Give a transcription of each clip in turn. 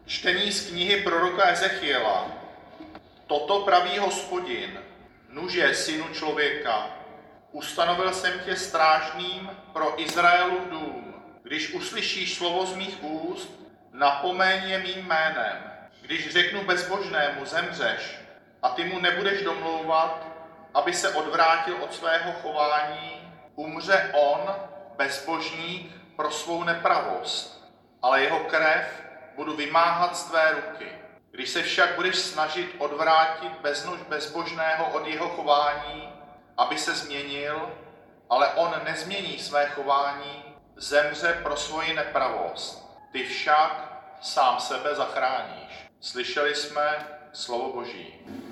Čtení z knihy proroka Ezechiela. Toto praví Hospodin, nuže, synu člověka, ustanovil jsem tě strážným pro Izraelův dům. Když uslyšíš slovo z mých úst, napomeň je mým jménem. Když řeknu bezbožnému, zemřeš, a ty mu nebudeš domlouvat, aby se odvrátil od svého chování, umře on, bezbožník, pro svou nepravost, ale jeho krev budu vymáhat z tvé ruky. Když se však budeš snažit odvrátit bezbožného od jeho chování, aby se změnil, ale on nezmění své chování, zemře pro svoji nepravost. Ty však sám sebe zachráníš. Slyšeli jsme slovo Boží.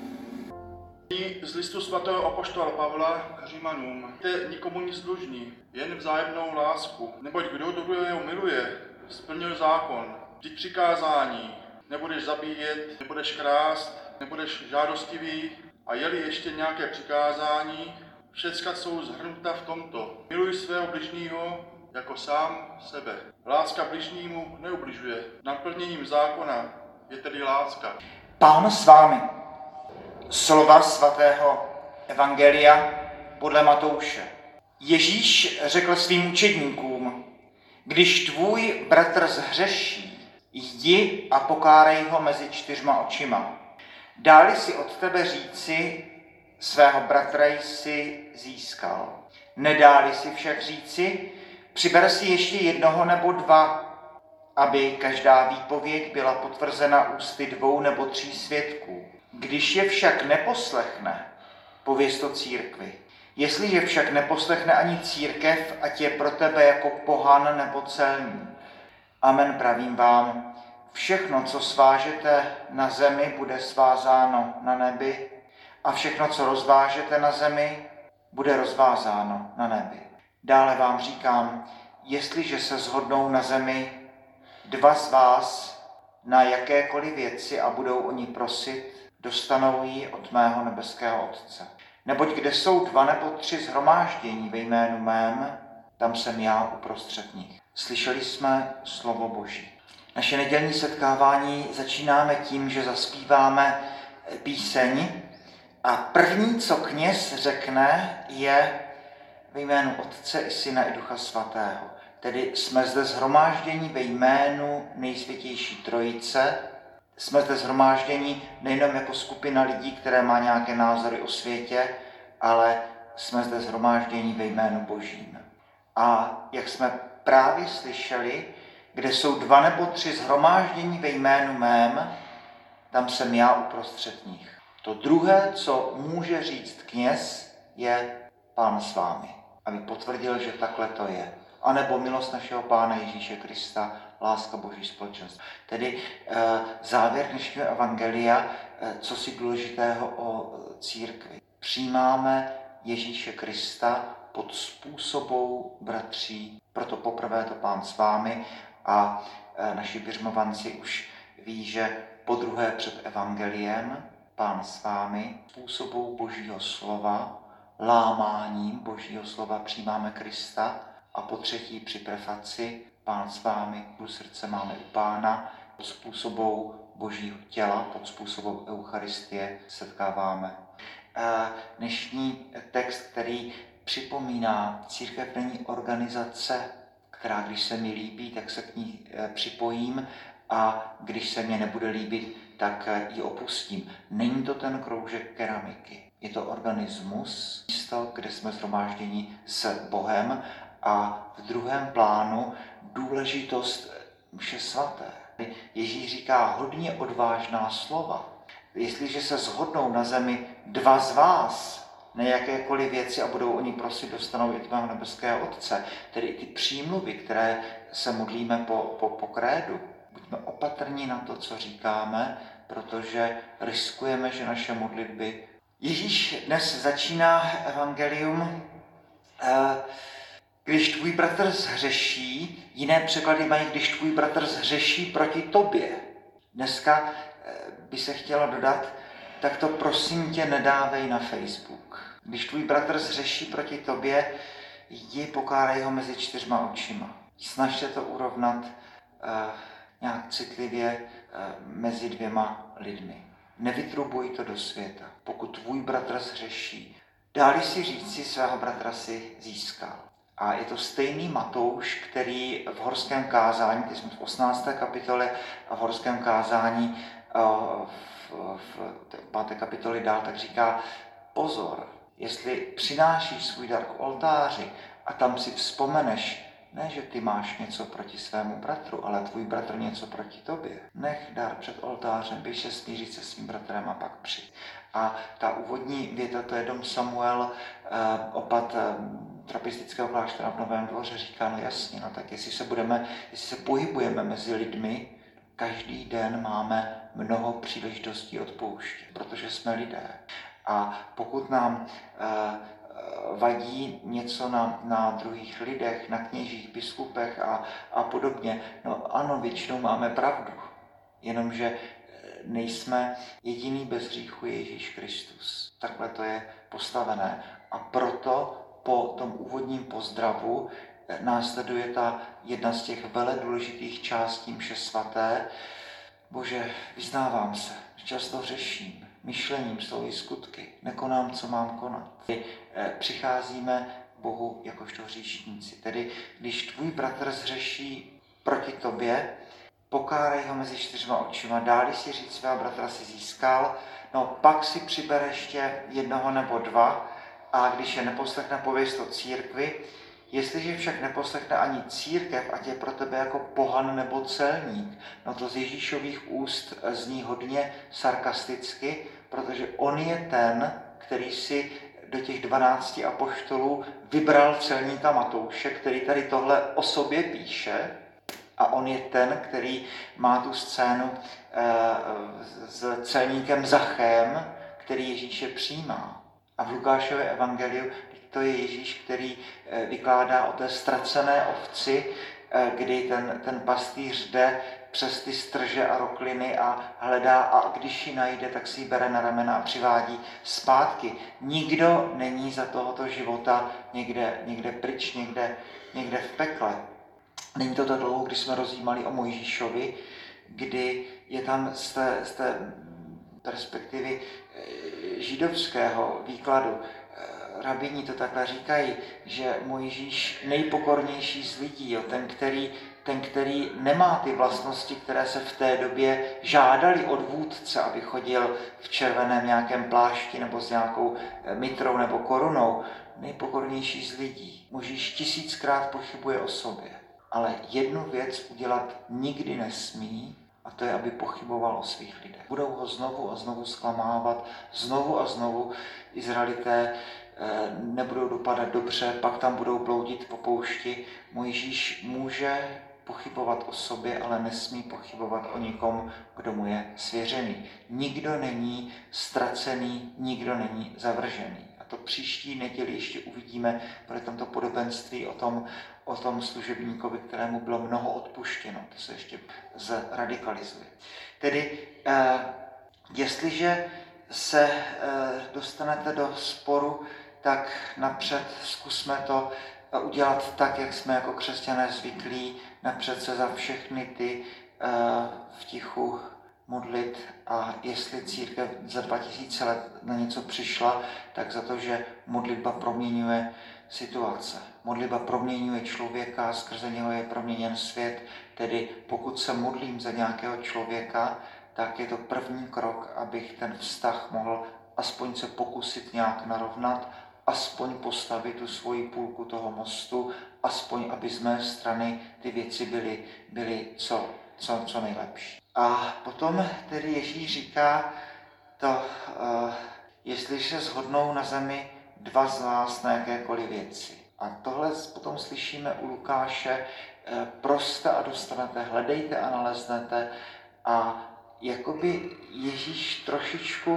Z listu svatého apoštola Pavla k Římanům. Jste nikomu nic dlužní, jen vzájemnou lásku. Neboť kdo druhého miluje, splnil zákon. Vždyť přikázání, nebudeš zabíjet, nebudeš krást, nebudeš žádostivý, a je-li ještě nějaké přikázání, všecka jsou shrnuta v tomto. Miluj svého bližního jako sám sebe. Láska bližnímu neubližuje. Naplněním zákona je tedy láska. Pán s vámi. Slova svatého Evangelia podle Matouše. Ježíš řekl svým učedníkům: když tvůj bratr zhřeší, jdi a pokárej ho mezi 4 očima. Dáli si od tebe říci, svého bratra jsi získal. Nedáli si však říci, přiber si ještě 1 nebo 2, aby každá výpověď byla potvrzena ústy 2 nebo 3 svědků. Když je však neposlechne, pověz to církvi. Jestliže však neposlechne ani církev, ať je pro tebe jako pohan nebo celník. Amen, pravím vám, všechno, co svážete na zemi, bude svázáno na nebi, a všechno, co rozvážete na zemi, bude rozvázáno na nebi. Dále vám říkám, jestliže se shodnou na zemi 2 z vás na jakékoliv věci a budou o ní prosit, dostanou ji od mého nebeského Otce. Neboť kde jsou 2 nebo 3 shromáždění ve jménu mém, tam jsem já uprostřed nich. Slyšeli jsme slovo Boží. Naše nedělní setkávání začínáme tím, že zaspíváme píseň a první, co kněz řekne, je ve jménu Otce i Syna i Ducha Svatého. Tedy jsme zde shromáždění ve jménu Nejsvětější Trojice. Jsme zde shromáždění nejenom jako skupina lidí, které má nějaké názory o světě, ale jsme zde shromáždění ve jménu Božím. A jak jsme právě slyšeli, kde jsou 2 nebo 3 shromáždění ve jménu mém, tam jsem já uprostřed nich. To druhé, co může říct kněz, je Pán s vámi, aby potvrdil, že takhle to je. A nebo milost našeho Pána Ježíše Krista, láska Boží společenství. Tedy závěr dnešního evangelia, co si důležitého o církvi. Přijímáme Ježíše Krista pod způsobou bratří, proto poprvé to Pán s vámi a naši běžmovanci už ví, že podruhé před evangeliem Pán s vámi způsobou Božího slova, lámáním Božího slova přijímáme Krista a po třetí při prefaci Pán s vámi, půl srdce máme u Pána, pod způsobou Božího těla, pod způsobou Eucharistie setkáváme. Dnešní text, který připomíná, církev není organizace, která když se mi líbí, tak se k ní připojím a když se mě nebude líbit, tak ji opustím. Není to ten kroužek keramiky. Je to organismus, místo, kde jsme shromážděni s Bohem a v druhém plánu důležitost mše svaté. Ježíš říká hodně odvážná slova. Jestliže se shodnou na zemi 2 z vás na jakékoliv věci a budou oni prosit, dostanou i tvého nebeského Otce. Tedy i ty přímluvy, které se modlíme po krédu. Buďme opatrní na to, co říkáme, protože riskujeme, že naše modlitby... Ježíš dnes začíná evangelium, když tvůj bratr zhřeší, jiné překlady mají, když tvůj bratr zhřeší proti tobě. Dneska by se chtělo dodat, tak to prosím tě nedávej na Facebook. Když tvůj bratr zhřeší proti tobě, jdi pokárej ho mezi 4 očima. Snažte to urovnat nějak citlivě, mezi dvěma lidmi. Nevytrubuj to do světa. Pokud tvůj bratr zhřeší, dá-li si říci, svého bratra si získal. A je to stejný Matouš, který v horském kázání, teď jsme v 18. kapitole, a v horském kázání v 5. kapitole dál, tak říká, pozor, jestli přinášíš svůj dar k oltáři a tam si vzpomeneš, ne, že ty máš něco proti svému bratru, ale tvůj bratr něco proti tobě. Nech dar před oltářem, běž se smířit se svým bratrem a pak přijď. A ta úvodní věta, to je dom Samuel, opat trapistického kláštera v Novém Dvoře, říká, no jasně, no tak jestli se pohybujeme mezi lidmi, každý den máme mnoho příležitostí odpouštět, protože jsme lidé. A pokud nám vadí něco na druhých lidech, na kněžích, biskupech a podobně, no ano, většinou máme pravdu, jenomže nejsme jediný bez hříchu Ježíš Kristus. Takhle to je postavené. A proto po tom úvodním pozdravu následuje ta jedna z těch veledůležitých částí mše svaté. Bože, vyznávám se, často hřeším, myšlením, slovy, skutky, nekonám, co mám konat. Přicházíme Bohu jakožto hříšníci. Tedy, když tvůj bratr zhřeší proti tobě, pokárej ho mezi 4 očima, dá-li si říct, svého bratra si získal, no pak si přiber ještě 1 nebo 2, a když je neposlechne, pověz to církvi. Jestliže však neposlechne ani církev, ať je pro tebe jako pohan nebo celník, no to z Ježíšových úst zní hodně sarkasticky, protože on je ten, který si do těch 12 apoštolů vybral celníka Matouše, který tady tohle o sobě píše, a on je ten, který má tu scénu s celníkem Zachem, který Ježíše přijímá. A v Lukášově evangeliu to je Ježíš, který vykládá o té ztracené ovci, kdy ten pastýř jde přes ty strže a rokliny a hledá, a když ji najde, tak si ji bere na ramena a přivádí zpátky. Nikdo není za tohoto života někde pryč, někde v pekle. Není to tak dlouho, když jsme rozjímali o Mojžíšovi, kdy je tam z té perspektivy židovského výkladu. Rabíni to takhle říkají, že Mojžíš nejpokornější z lidí, jo, ten, který nemá ty vlastnosti, které se v té době žádali od vůdce, aby chodil v červeném nějakém plášti nebo s nějakou mitrou nebo korunou, nejpokornější z lidí. Mojžíš 1000krát pochybuje o sobě, ale jednu věc udělat nikdy nesmí, a to je, aby pochyboval o svých lidech. Budou ho znovu a znovu zklamávat, znovu a znovu Izraelité nebudou dopadat dobře, pak tam budou bloudit po poušti. Mojžíš může pochybovat o sobě, ale nesmí pochybovat o nikom, kdo mu je svěřený. Nikdo není ztracený, nikdo není zavržený. A to příští neděli ještě uvidíme, bude tam to podobenství o tom služebníkovi, kterému bylo mnoho odpuštěno. To se ještě zradikalizuje. Tedy, jestliže se dostanete do sporu, tak napřed zkusme to udělat tak, jak jsme jako křesťané zvyklí, napřed se za všechny ty v tichu modlit, a jestli církev za 2000 let na něco přišla, tak za to, že modlitba proměňuje situace. Modlitba proměňuje člověka, skrze něho je proměněn svět, tedy pokud se modlím za nějakého člověka, tak je to první krok, abych ten vztah mohl aspoň se pokusit nějak narovnat, aspoň postavit tu svoji půlku toho mostu, aspoň aby z mé strany ty věci byly co nejlepší. A potom tedy Ježíš říká to, jestli se shodnou na zemi 2 z vás na jakékoliv věci. A tohle potom slyšíme u Lukáše, proste a dostanete, hledejte a naleznete. A jakoby Ježíš trošičku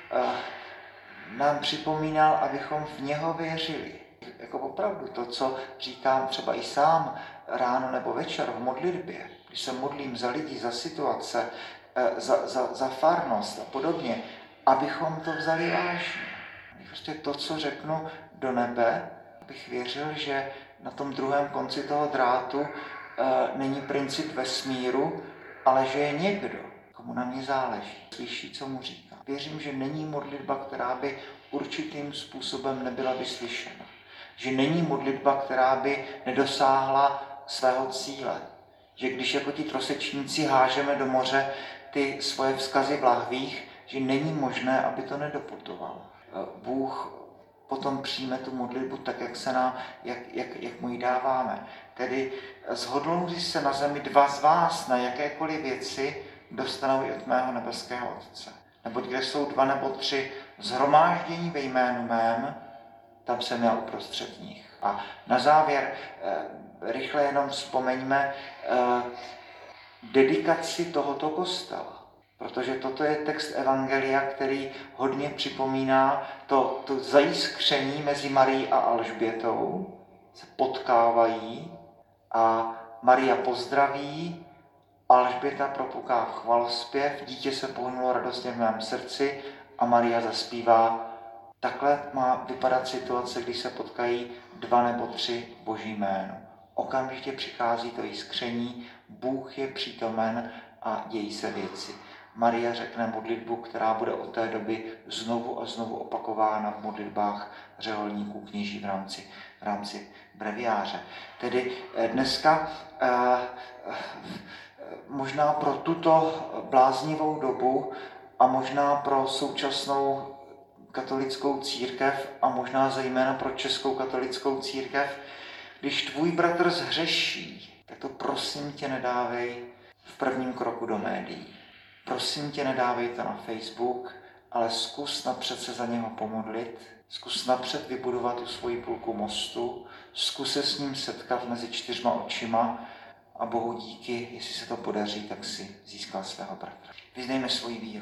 nám připomínal, abychom v něho věřili. Jako opravdu to, co říkám třeba i sám ráno nebo večer v modlitbě, když se modlím za lidi, za situace, za farnost a podobně, abychom to vzali vážně. Prostě to, co řeknu do nebe, abych věřil, že na tom druhém konci toho drátu není princip vesmíru, ale že je někdo, komu na mě záleží, slyší, co mu říká. Věřím, že není modlitba, která by určitým způsobem nebyla vyslyšena. Že není modlitba, která by nedosáhla svého cíle. Že když jako ti trosečníci hážeme do moře ty svoje vzkazy v lahvích, že není možné, aby to nedoputovalo. Bůh potom přijme tu modlitbu tak, jak mu ji dáváme. Tedy shodnou se na zemi dva z vás na jakékoliv věci, dostanou i od mého nebeského Otce. Neboť kde jsou 2 nebo 3 shromáždění ve jménu mém, tam jsem já uprostřed nich. A na závěr rychle jenom vzpomeňme dedikaci tohoto kostela. Protože toto je text Evangelia, který hodně připomíná to zajiskření mezi Marií a Alžbětou. Se potkávají a Maria pozdraví, Alžběta propuká v chvalospěv, dítě se pohnulo radostně v mém srdci a Maria zaspívá. Takhle má vypadat situace, když se potkají 2 nebo 3 v Boží jménu. Okamžitě přichází to jiskření, Bůh je přítomen a dějí se věci. Maria řekne modlitbu, která bude od té doby znovu a znovu opakována v modlitbách řeholníků kněží v rámci breviáře. Tedy dneska možná pro tuto bláznivou dobu a možná pro současnou katolickou církev a možná zejména pro českou katolickou církev, když tvůj bratr zhřeší, tak to prosím tě nedávej v prvním kroku do médií. Prosím tě, nedávej to na Facebook, ale zkus napřed se za něho pomodlit, zkus napřed vybudovat tu svoji půlku mostu, zkus se s ním setkat mezi 4 očima a Bohu díky, jestli se to podaří, tak si získal svého bratra. Vyznejme svoji víru.